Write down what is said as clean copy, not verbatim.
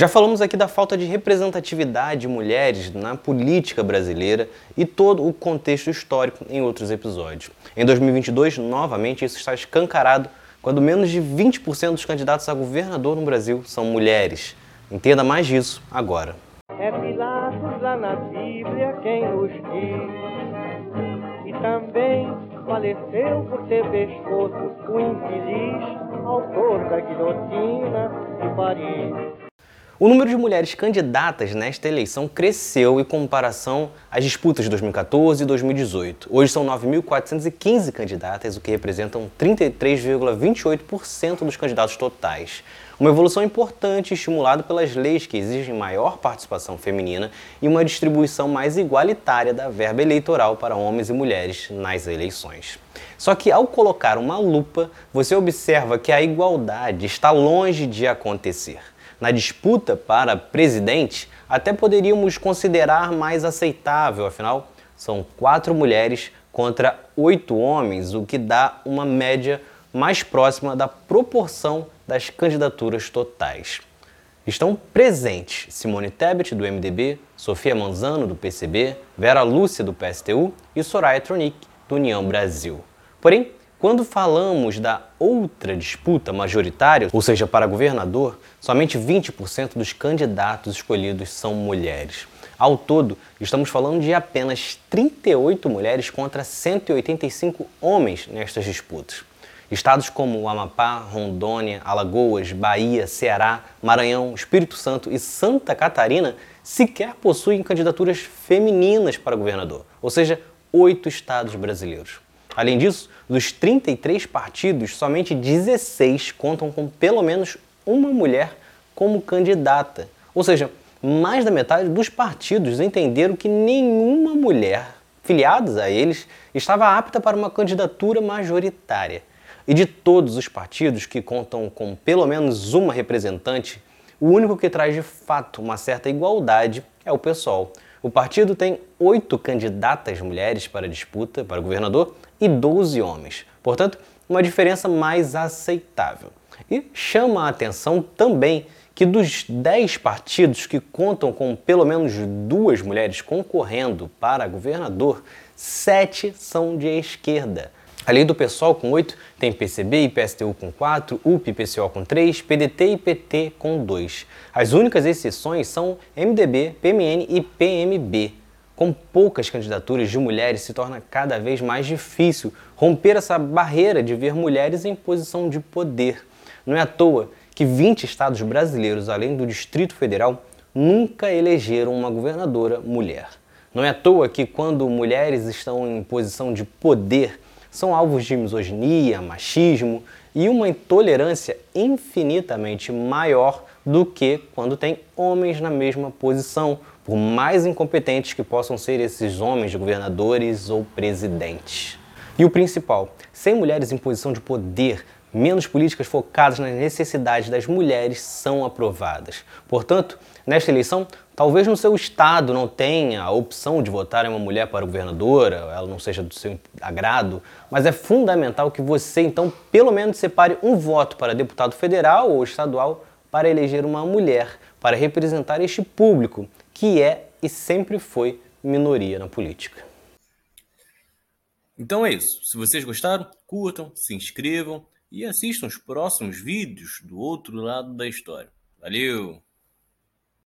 Já falamos aqui da falta de representatividade de mulheres na política brasileira e todo o contexto histórico em outros episódios. Em 2022, novamente, isso está escancarado quando menos de 20% dos candidatos a governador no Brasil são mulheres. Entenda mais disso agora. É Pilatos lá na Bíblia quem nos diz, e também faleceu por ter pescoço o infeliz autor da guilhotina de Paris. O número de mulheres candidatas nesta eleição cresceu em comparação às disputas de 2014 e 2018. Hoje são 9.415 candidatas, o que representam 33,28% dos candidatos totais. Uma evolução importante estimulada pelas leis que exigem maior participação feminina e uma distribuição mais igualitária da verba eleitoral para homens e mulheres nas eleições. Só que ao colocar uma lupa, você observa que a igualdade está longe de acontecer. Na disputa para presidente, até poderíamos considerar mais aceitável, afinal, são 4 mulheres contra 8 homens, o que dá uma média mais próxima da proporção das candidaturas totais. Estão presentes Simone Tebet, do MDB, Sofia Manzano, do PCB, Vera Lúcia, do PSTU e Soraya Tronic, do União Brasil. Porém, quando falamos da outra disputa majoritária, ou seja, para governador, somente 20% dos candidatos escolhidos são mulheres. Ao todo, estamos falando de apenas 38 mulheres contra 185 homens nestas disputas. Estados como o Amapá, Rondônia, Alagoas, Bahia, Ceará, Maranhão, Espírito Santo e Santa Catarina sequer possuem candidaturas femininas para governador, ou seja, 8 estados brasileiros. Além disso, dos 33 partidos, somente 16 contam com pelo menos uma mulher como candidata. Ou seja, mais da metade dos partidos entenderam que nenhuma mulher filiada a eles estava apta para uma candidatura majoritária. E de todos os partidos que contam com pelo menos uma representante, o único que traz de fato uma certa igualdade é o PSOL. O partido tem 8 candidatas mulheres para disputa para governador e 12 homens. Portanto, uma diferença mais aceitável. E chama a atenção também que dos 10 partidos que contam com pelo menos 2 mulheres concorrendo para governador, 7 são de esquerda. Além do PSOL com 8, tem PCB e PSTU com 4, UP e PCO com 3, PDT e PT com 2. As únicas exceções são MDB, PMN e PMB. Com poucas candidaturas de mulheres, se torna cada vez mais difícil romper essa barreira de ver mulheres em posição de poder. Não é à toa que 20 estados brasileiros, além do Distrito Federal, nunca elegeram uma governadora mulher. Não é à toa que quando mulheres estão em posição de poder, são alvos de misoginia, machismo e uma intolerância infinitamente maior do que quando tem homens na mesma posição, por mais incompetentes que possam ser esses homens de governadores ou presidentes. E o principal, sem mulheres em posição de poder, menos políticas focadas nas necessidades das mulheres são aprovadas. Portanto, nesta eleição, talvez no seu estado não tenha a opção de votar em uma mulher para governadora, ela não seja do seu agrado, mas é fundamental que você, então, pelo menos separe um voto para deputado federal ou estadual para eleger uma mulher, para representar este público, que é e sempre foi minoria na política. Então é isso. Se vocês gostaram, curtam, se inscrevam e assistam os próximos vídeos do outro lado da história. Valeu!